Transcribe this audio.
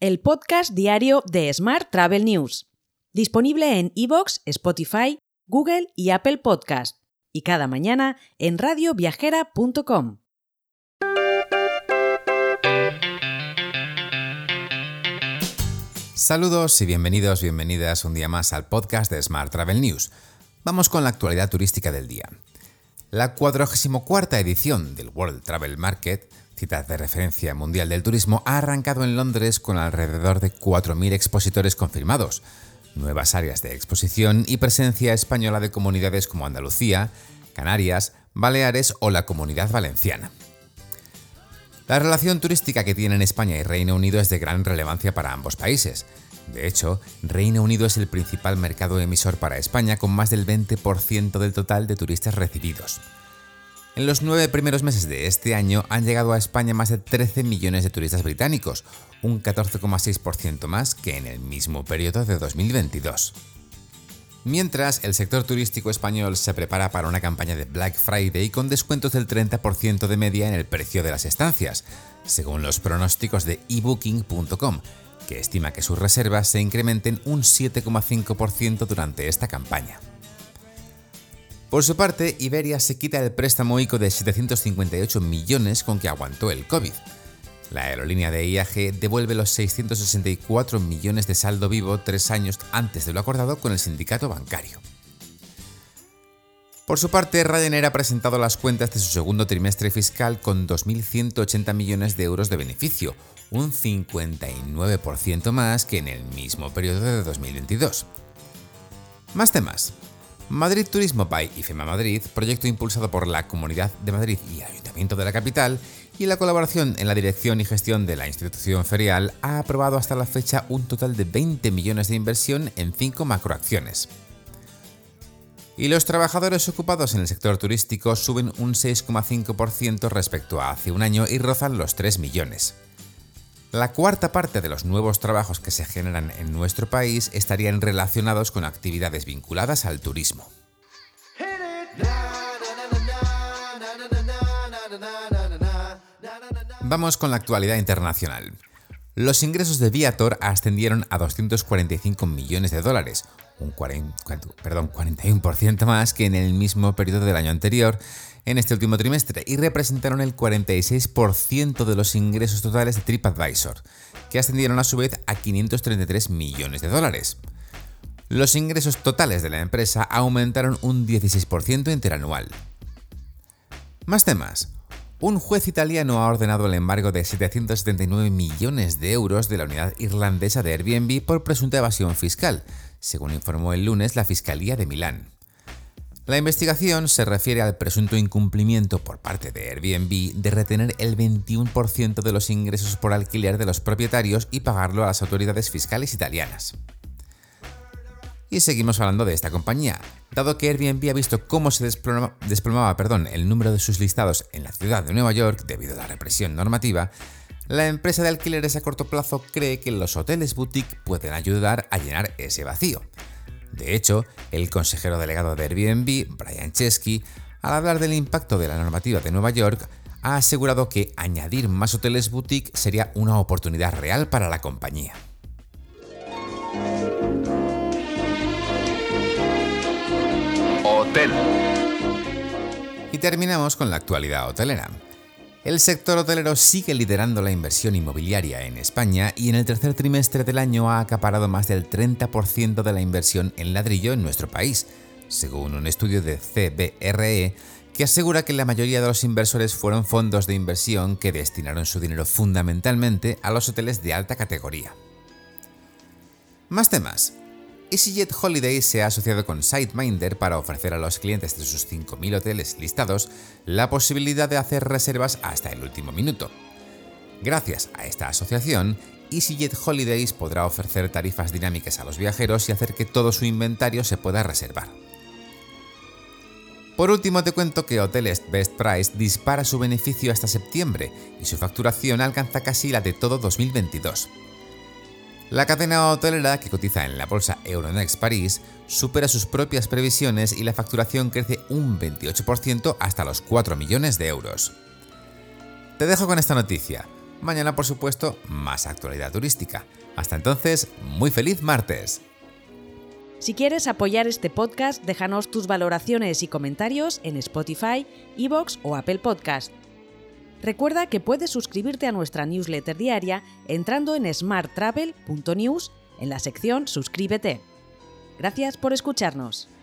el podcast diario de Smart Travel News, disponible en iVoox, Spotify, Google y Apple Podcast, y cada mañana en radioviajera.com. Saludos y bienvenidas un día más al podcast de Smart Travel News. Vamos con la actualidad turística del día. La 44ª edición del World Travel Market, cita de referencia mundial del turismo, ha arrancado en Londres con alrededor de 4.000 expositores confirmados, nuevas áreas de exposición y presencia española de comunidades como Andalucía, Canarias, Baleares o la Comunidad Valenciana. La relación turística que tienen España y Reino Unido es de gran relevancia para ambos países. De hecho, Reino Unido es el principal mercado emisor para España, con más del 20% del total de turistas recibidos. En los 9 primeros meses de este año han llegado a España más de 13 millones de turistas británicos, un 14,6% más que en el mismo periodo de 2022. Mientras, el sector turístico español se prepara para una campaña de Black Friday con descuentos del 30% de media en el precio de las estancias, según los pronósticos de ebooking.com, que estima que sus reservas se incrementen un 7,5% durante esta campaña. Por su parte, Iberia se quita el préstamo ICO de 758 millones con que aguantó el COVID. La aerolínea de IAG devuelve los 664 millones de saldo vivo 3 años antes de lo acordado con el sindicato bancario. Por su parte, Ryanair ha presentado las cuentas de su segundo trimestre fiscal con 2.180 millones de euros de beneficio, un 59% más que en el mismo periodo de 2022. Más temas. Madrid Turismo by IFEMA Madrid, proyecto impulsado por la Comunidad de Madrid y el Ayuntamiento de la capital, y la colaboración en la dirección y gestión de la institución ferial, ha aprobado hasta la fecha un total de 20 millones de inversión en 5 macroacciones. Y los trabajadores ocupados en el sector turístico suben un 6,5% respecto a hace un año y rozan los 3 millones. La cuarta parte de los nuevos trabajos que se generan en nuestro país estarían relacionados con actividades vinculadas al turismo. Vamos con la actualidad internacional. Los ingresos de Viator ascendieron a 245 millones de dólares, un 41% más que en el mismo periodo del año anterior, en este último trimestre, y representaron el 46% de los ingresos totales de TripAdvisor, que ascendieron a su vez a 533 millones de dólares. Los ingresos totales de la empresa aumentaron un 16% interanual. Más temas. Un juez italiano ha ordenado el embargo de 779 millones de euros de la unidad irlandesa de Airbnb por presunta evasión fiscal, según informó el lunes la Fiscalía de Milán. La investigación se refiere al presunto incumplimiento por parte de Airbnb de retener el 21% de los ingresos por alquiler de los propietarios y pagarlo a las autoridades fiscales italianas. Y seguimos hablando de esta compañía. Dado que Airbnb ha visto cómo se desplomaba el número de sus listados en la ciudad de Nueva York debido a la represión normativa, la empresa de alquileres a corto plazo cree que los hoteles boutique pueden ayudar a llenar ese vacío. De hecho, el consejero delegado de Airbnb, Brian Chesky, al hablar del impacto de la normativa de Nueva York, ha asegurado que añadir más hoteles boutique sería una oportunidad real para la compañía. Hotel. Y terminamos con la actualidad hotelera. El sector hotelero sigue liderando la inversión inmobiliaria en España y en el tercer trimestre del año ha acaparado más del 30% de la inversión en ladrillo en nuestro país, según un estudio de CBRE que asegura que la mayoría de los inversores fueron fondos de inversión que destinaron su dinero fundamentalmente a los hoteles de alta categoría. Más temas. EasyJet Holidays se ha asociado con SiteMinder para ofrecer a los clientes de sus 5.000 hoteles listados la posibilidad de hacer reservas hasta el último minuto. Gracias a esta asociación, EasyJet Holidays podrá ofrecer tarifas dinámicas a los viajeros y hacer que todo su inventario se pueda reservar. Por último, te cuento que Hoteles Best Price dispara su beneficio hasta septiembre y su facturación alcanza casi la de todo 2022. La cadena hotelera, que cotiza en la bolsa Euronext París, supera sus propias previsiones y la facturación crece un 28% hasta los 4 millones de euros. Te dejo con esta noticia. Mañana, por supuesto, más actualidad turística. Hasta entonces, muy feliz martes. Si quieres apoyar este podcast, déjanos tus valoraciones y comentarios en Spotify, iVoox o Apple Podcast. Recuerda que puedes suscribirte a nuestra newsletter diaria entrando en smarttravel.news en la sección Suscríbete. Gracias por escucharnos.